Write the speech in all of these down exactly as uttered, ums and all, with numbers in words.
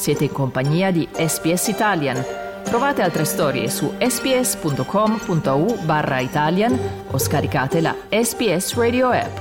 Siete in compagnia di S B S Italian. Trovate altre storie su sbs.com.au barra Italian o scaricate la S B S Radio app.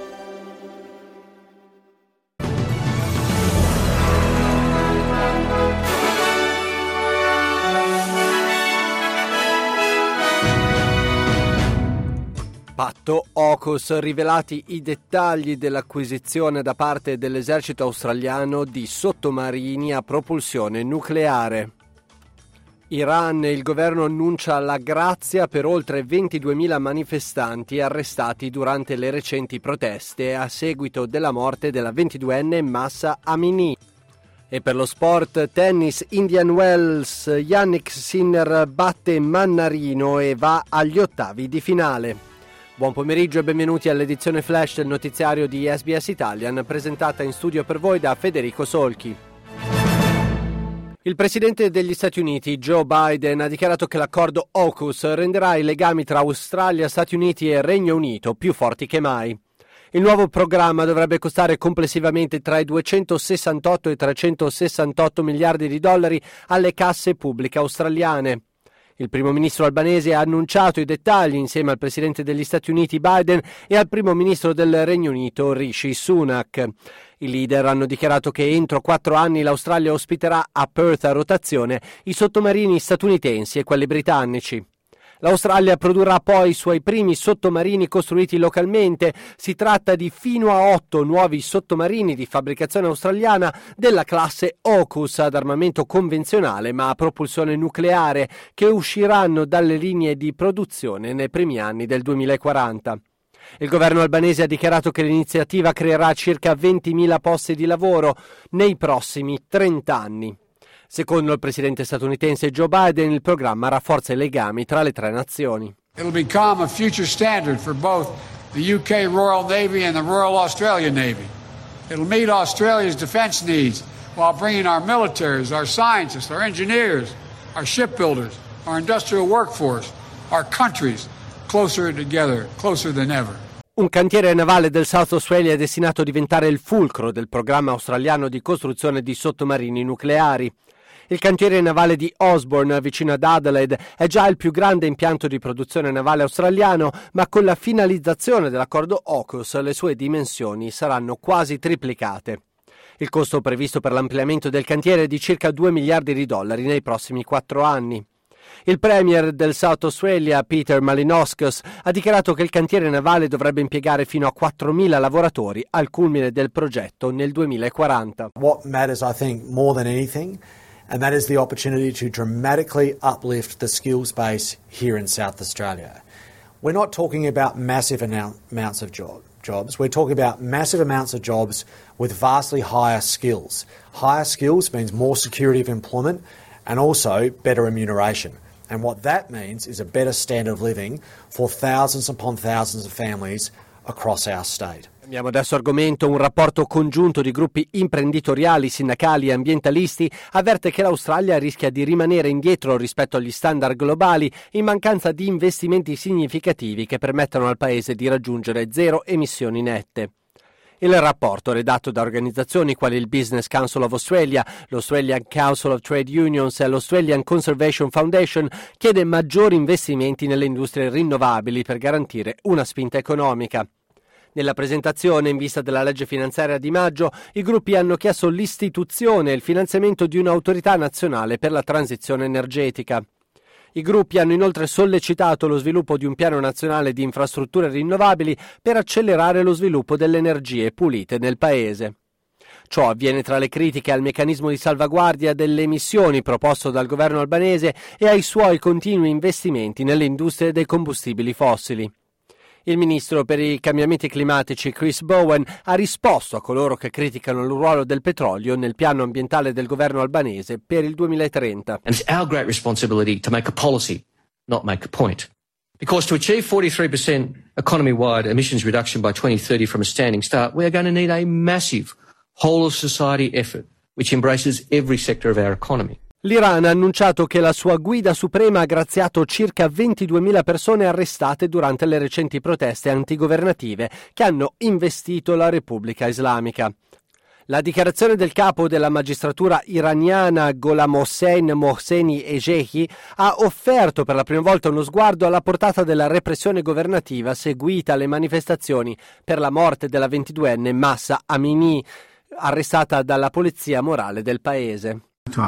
Patto AUKUS, rivelati i dettagli dell'acquisizione da parte dell'esercito australiano di sottomarini a propulsione nucleare. Iran, il governo annuncia la grazia per oltre ventiduemila manifestanti arrestati durante le recenti proteste a seguito della morte della ventiduenne Mahsa Amini. E per lo sport, tennis, Indian Wells, Jannik Sinner batte Mannarino e va agli ottavi di finale. Buon pomeriggio e benvenuti all'edizione flash del notiziario di S B S Italian, presentata in studio per voi da Federico Solchi. Il presidente degli Stati Uniti, Joe Biden, ha dichiarato che l'accordo AUKUS renderà i legami tra Australia, Stati Uniti e Regno Unito più forti che mai. Il nuovo programma dovrebbe costare complessivamente tra i duecentosessantotto e i trecentosessantotto miliardi di dollari alle casse pubbliche australiane. Il primo ministro albanese ha annunciato i dettagli insieme al presidente degli Stati Uniti Biden e al primo ministro del Regno Unito Rishi Sunak. I leader hanno dichiarato che entro quattro anni l'Australia ospiterà a Perth a rotazione i sottomarini statunitensi e quelli britannici. L'Australia produrrà poi i suoi primi sottomarini costruiti localmente. Si tratta di fino a otto nuovi sottomarini di fabbricazione australiana della classe AUKUS ad armamento convenzionale ma a propulsione nucleare, che usciranno dalle linee di produzione nei primi anni del duemilaquaranta. Il governo albanese ha dichiarato che l'iniziativa creerà circa ventimila posti di lavoro nei prossimi trenta anni. Secondo il presidente statunitense Joe Biden, il programma rafforza i legami tra le tre nazioni. It'll become a future standard for both the U K Royal Navy and the Royal Australian Navy. It'll meet Australia's defense needs while bringing our militaries, our scientists, our engineers, our shipbuilders, our industrial workforce, our countries closer together, closer than ever. Un cantiere navale del South Australia è destinato a diventare il fulcro del programma australiano di costruzione di sottomarini nucleari. Il cantiere navale di Osborne, vicino ad Adelaide, è già il più grande impianto di produzione navale australiano, ma con la finalizzazione dell'accordo AUKUS le sue dimensioni saranno quasi triplicate. Il costo previsto per l'ampliamento del cantiere è di circa due miliardi di dollari nei prossimi quattro anni. Il premier del South Australia, Peter Malinauskas, ha dichiarato che il cantiere navale dovrebbe impiegare fino a quattromila lavoratori al culmine del progetto nel duemilaquaranta. What matters, I think, more than anything, and that is the opportunity to dramatically uplift the skills base here in South Australia. We're not talking about massive amounts of job, jobs. We're talking about massive amounts of jobs with vastly higher skills. Higher skills means more security of employment and also better remuneration. And what that means is a better standard of living for thousands upon thousands of families across our state. Cambiamo adesso argomento. Un rapporto congiunto di gruppi imprenditoriali, sindacali e ambientalisti avverte che l'Australia rischia di rimanere indietro rispetto agli standard globali in mancanza di investimenti significativi che permettano al paese di raggiungere zero emissioni nette. Il rapporto, redatto da organizzazioni quali il Business Council of Australia, l'Australian Council of Trade Unions e l'Australian Conservation Foundation, chiede maggiori investimenti nelle industrie rinnovabili per garantire una spinta economica. Nella presentazione in vista della legge finanziaria di maggio, i gruppi hanno chiesto l'istituzione e il finanziamento di un'autorità nazionale per la transizione energetica. I gruppi hanno inoltre sollecitato lo sviluppo di un piano nazionale di infrastrutture rinnovabili per accelerare lo sviluppo delle energie pulite nel paese. Ciò avviene tra le critiche al meccanismo di salvaguardia delle emissioni proposto dal governo albanese e ai suoi continui investimenti nelle industrie dei combustibili fossili. Il ministro per i cambiamenti climatici Chris Bowen ha risposto a coloro che criticano il ruolo del petrolio nel piano ambientale del governo albanese per il duemilatrenta. And it's our great responsibility to make a policy, not make a point. Because to achieve forty-three percent economy-wide emissions reduction by twenty thirty from a standing start, we are going to need a massive whole-of-society effort which embraces every sector of our economy. L'Iran ha annunciato che la sua guida suprema ha graziato circa ventiduemila persone arrestate durante le recenti proteste antigovernative che hanno investito la Repubblica Islamica. La dichiarazione del capo della magistratura iraniana Gholamhossein Mohseni Ejehi ha offerto per la prima volta uno sguardo alla portata della repressione governativa seguita alle manifestazioni per la morte della ventiduenne Mahsa Amini, arrestata dalla polizia morale del paese.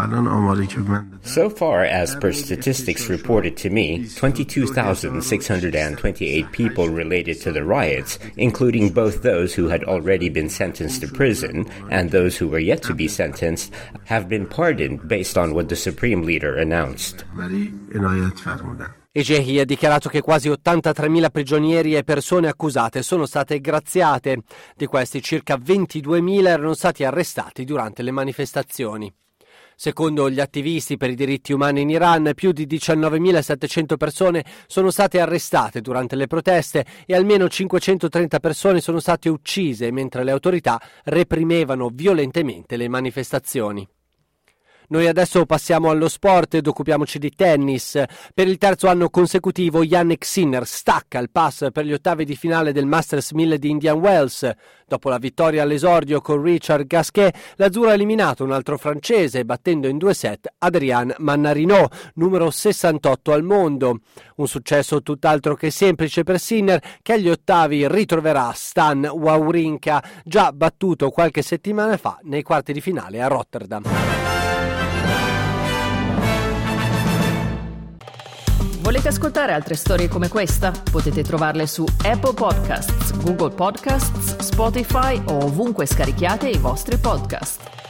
So far, as per statistics reported to me, twenty-two thousand six hundred twenty-eight people related to the riots, including both those who had already been sentenced to prison and those who were yet to be sentenced, have been pardoned based on what the Supreme Leader announced. Ejehi ha dichiarato che quasi ottantatremila prigionieri e persone accusate sono state graziate. Di questi circa ventiduemila erano stati arrestati durante le manifestazioni. Secondo gli attivisti per i diritti umani in Iran, più di diciannovemilasettecento persone sono state arrestate durante le proteste e almeno cinquecentotrenta persone sono state uccise mentre le autorità reprimevano violentemente le manifestazioni. Noi adesso passiamo allo sport ed occupiamoci di tennis. Per il terzo anno consecutivo Jannik Sinner stacca il pass per gli ottavi di finale del Masters mille di Indian Wells. Dopo la vittoria all'esordio con Richard Gasquet, l'azzurro ha eliminato un altro francese, battendo in due set Adrian Mannarino, numero sessantotto al mondo. Un successo tutt'altro che semplice per Sinner, che agli ottavi ritroverà Stan Wawrinka, già battuto qualche settimana fa nei quarti di finale a Rotterdam. Volete ascoltare altre storie come questa? Potete trovarle su Apple Podcasts, Google Podcasts, Spotify o ovunque scarichiate i vostri podcast.